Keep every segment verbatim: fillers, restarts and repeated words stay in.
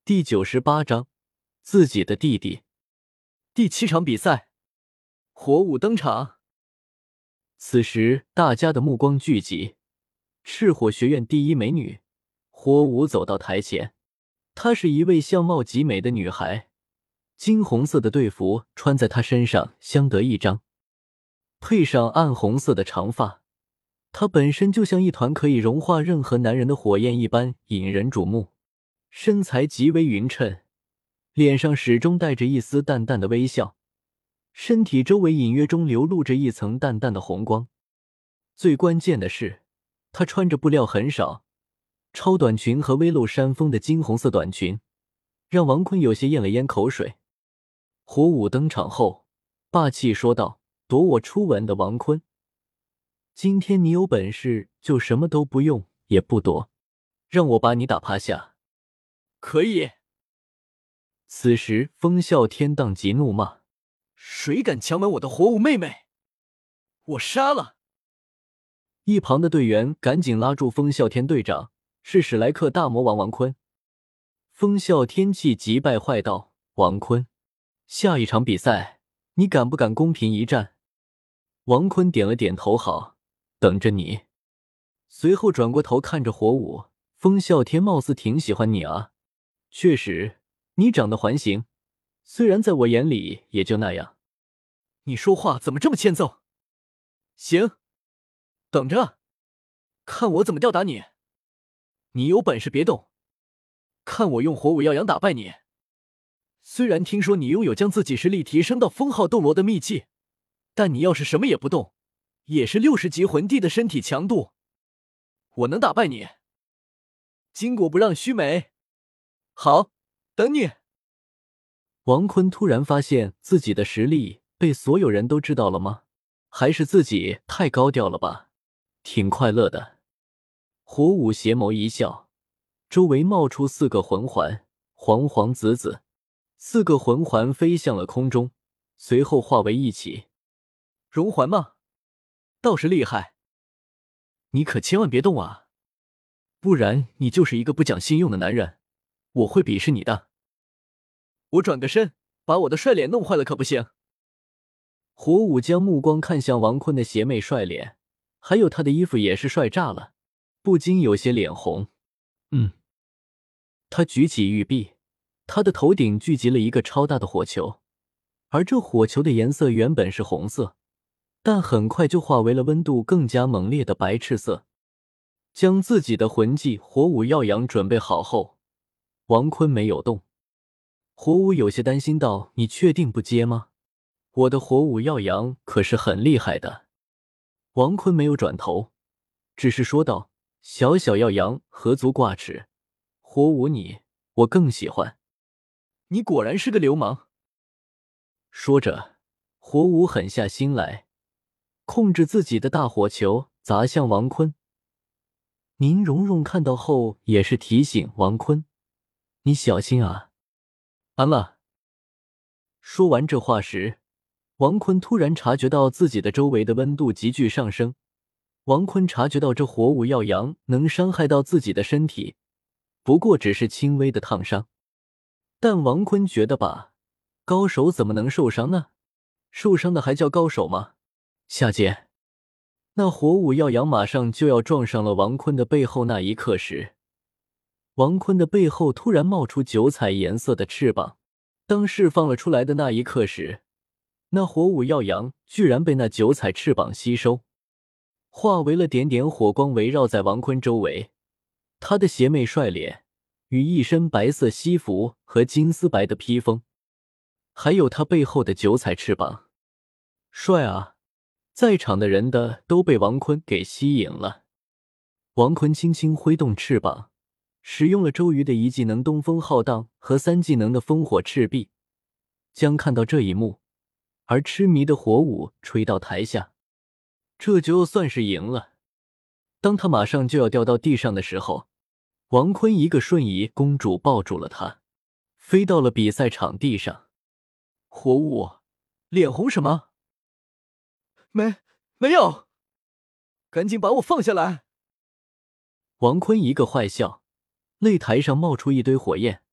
第九十八章，自己的弟弟。第七场比赛，火舞登场。此时大家的目光聚集，赤火学院第一美女火舞走到台前。她是一位相貌极美的女孩，金红色的队服穿在她身上相得益彰，配上暗红色的长发，她本身就像一团可以融化任何男人的火焰一般引人瞩目。身材极为匀称，脸上始终带着一丝淡淡的微笑，身体周围隐约中流露着一层淡淡的红光。最关键的是，她穿着布料很少，超短裙和微露山峰的金红色短裙，让王坤有些咽了咽口水。火舞登场后，霸气说道：“夺我初吻的王坤，今天你有本事就什么都不用也不夺，让我把你打趴下。”可以。此时风啸天当即怒骂：“谁敢强吻我的火舞妹妹，我杀了！”一旁的队员赶紧拉住风啸天队长，是史莱克大魔王王坤。风啸天气急败坏道：“王坤，下一场比赛你敢不敢公平一战？”王坤点了点头，好，等着你。随后转过头看着火舞：“风啸天貌似挺喜欢你啊。确实，你长得还行，虽然在我眼里也就那样。你说话怎么这么欠揍？行，等着，看我怎么吊打你！你有本事别动，看我用火舞耀阳打败你！虽然听说你拥有将自己实力提升到封号斗罗的秘技，但你要是什么也不动，也是六十级魂帝的身体强度，我能打败你？巾帼不让须眉。好，等你。”王坤突然发现自己的实力被所有人都知道了吗？还是自己太高调了吧？挺快乐的。火舞斜眸一笑，周围冒出四个魂环，黄黄紫紫，四个魂环飞向了空中，随后化为一起。熔环吗？倒是厉害。你可千万别动啊，不然你就是一个不讲信用的男人，我会鄙视你的。我转个身，把我的帅脸弄坏了可不行。火舞将目光看向王坤的邪魅帅脸，还有他的衣服也是帅炸了，不禁有些脸红。嗯。他举起玉臂，他的头顶聚集了一个超大的火球，而这火球的颜色原本是红色，但很快就化为了温度更加猛烈的白赤色。将自己的魂技火舞耀阳准备好后，王坤没有动。火舞有些担心道：“你确定不接吗？我的火舞耀阳可是很厉害的。”王坤没有转头，只是说道：“小小耀阳何足挂齿，火舞你，我更喜欢。你果然是个流氓。”说着，火舞狠下心来，控制自己的大火球砸向王坤。宁荣荣看到后也是提醒王坤：“你小心啊。”安了。说完这话时，王坤突然察觉到自己的周围的温度急剧上升。王坤察觉到这火舞耀阳能伤害到自己的身体，不过只是轻微的烫伤。但王坤觉得吧，高手怎么能受伤呢？受伤的还叫高手吗？下界。那火舞耀阳马上就要撞上了王坤的背后，那一刻时，王坤的背后突然冒出九彩颜色的翅膀，当释放了出来的那一刻时，那火舞耀阳居然被那九彩翅膀吸收，化为了点点火光围绕在王坤周围。他的邪魅帅脸与一身白色西服和金丝白的披风，还有他背后的九彩翅膀，帅啊！在场的人的都被王坤给吸引了。王坤轻轻挥动翅膀，使用了周瑜的一技能东风浩荡和三技能的烽火赤壁，将看到这一幕而痴迷的火舞吹到台下。这就算是赢了。当他马上就要掉到地上的时候，王坤一个瞬移公主抱住了他，飞到了比赛场地上。火舞，脸红什么？没，没有，赶紧把我放下来！王坤一个坏笑，擂台上冒出一堆火焰，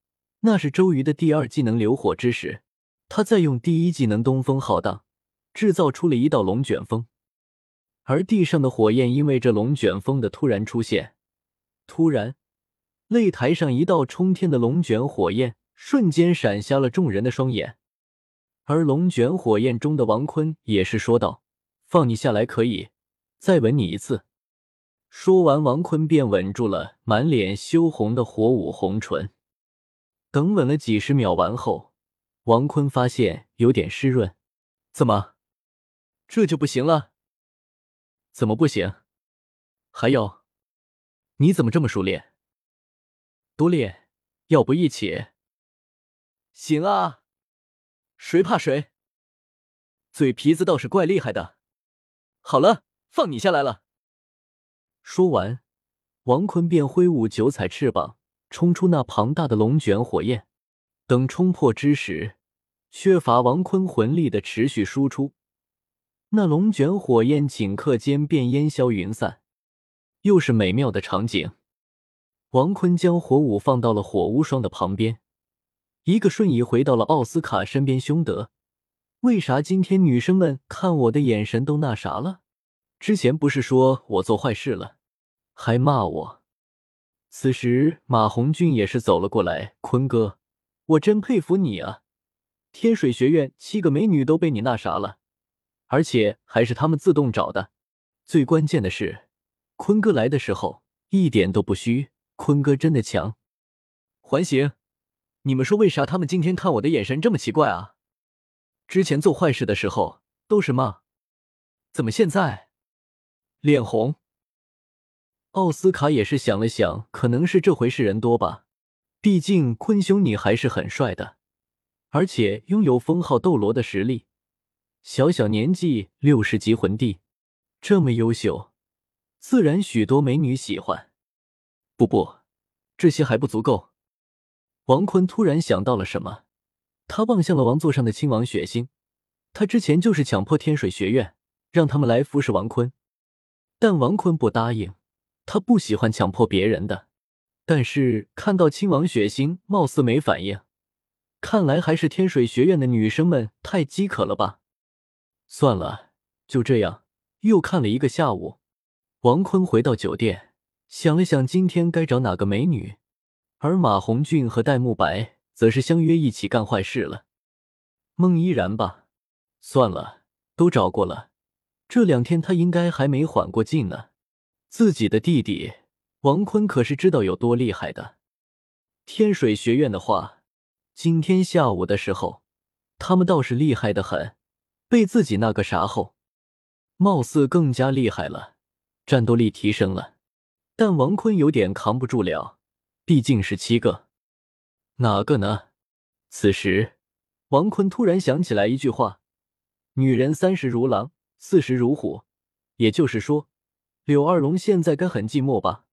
那是周瑜的第二技能流火之时，他再用第一技能东风浩荡制造出了一道龙卷风，而地上的火焰因为这龙卷风的突然出现，突然擂台上一道冲天的龙卷火焰瞬间闪瞎了众人的双眼。而龙卷火焰中的王坤也是说道：放你下来可以，再吻你一次。说完，王坤便吻住了满脸羞红的火舞红唇。等吻了几十秒完后，王坤发现有点湿润。怎么，这就不行了？怎么不行？还有，你怎么这么熟练？多练，要不一起？行啊，谁怕谁？嘴皮子倒是怪厉害的。好了，放你下来了。说完，王坤便挥舞九彩翅膀，冲出那庞大的龙卷火焰。等冲破之时，缺乏王坤魂力的持续输出，那龙卷火焰顷刻间便烟消云散，又是美妙的场景。王坤将火舞放到了火无双的旁边，一个瞬移回到了奥斯卡身边。兄德，为啥今天女生们看我的眼神都那啥了？之前不是说我做坏事了，还骂我。此时马红俊也是走了过来，坤哥，我真佩服你啊，天水学院七个美女都被你那啥了，而且还是他们自动找的。最关键的是，坤哥来的时候一点都不虚，坤哥真的强。环形，你们说为啥他们今天看我的眼神这么奇怪啊？之前做坏事的时候都是骂，怎么现在脸红？奥斯卡也是想了想，可能是这回事人多吧，毕竟坤兄你还是很帅的，而且拥有封号斗罗的实力，小小年纪六十级魂帝，这么优秀，自然许多美女喜欢。不不，这些还不足够。王坤突然想到了什么，他望向了王座上的亲王血腥，他之前就是强迫天水学院让他们来服侍王坤，但王坤不答应，他不喜欢强迫别人的。但是看到亲王血腥貌似没反应，看来还是天水学院的女生们太饥渴了吧。算了，就这样，又看了一个下午。王坤回到酒店，想了想今天该找哪个美女，而马红俊和戴沐白则是相约一起干坏事了。孟依然吧，算了，都找过了，这两天他应该还没缓过劲呢。自己的弟弟王坤可是知道有多厉害的。天水学院的话，今天下午的时候，他们倒是厉害得很，被自己那个啥后，貌似更加厉害了，战斗力提升了。但王坤有点扛不住了，毕竟是七个。哪个呢？此时，王坤突然想起来一句话：女人三十如狼，四十如虎。也就是说，柳二龙现在该很寂寞吧。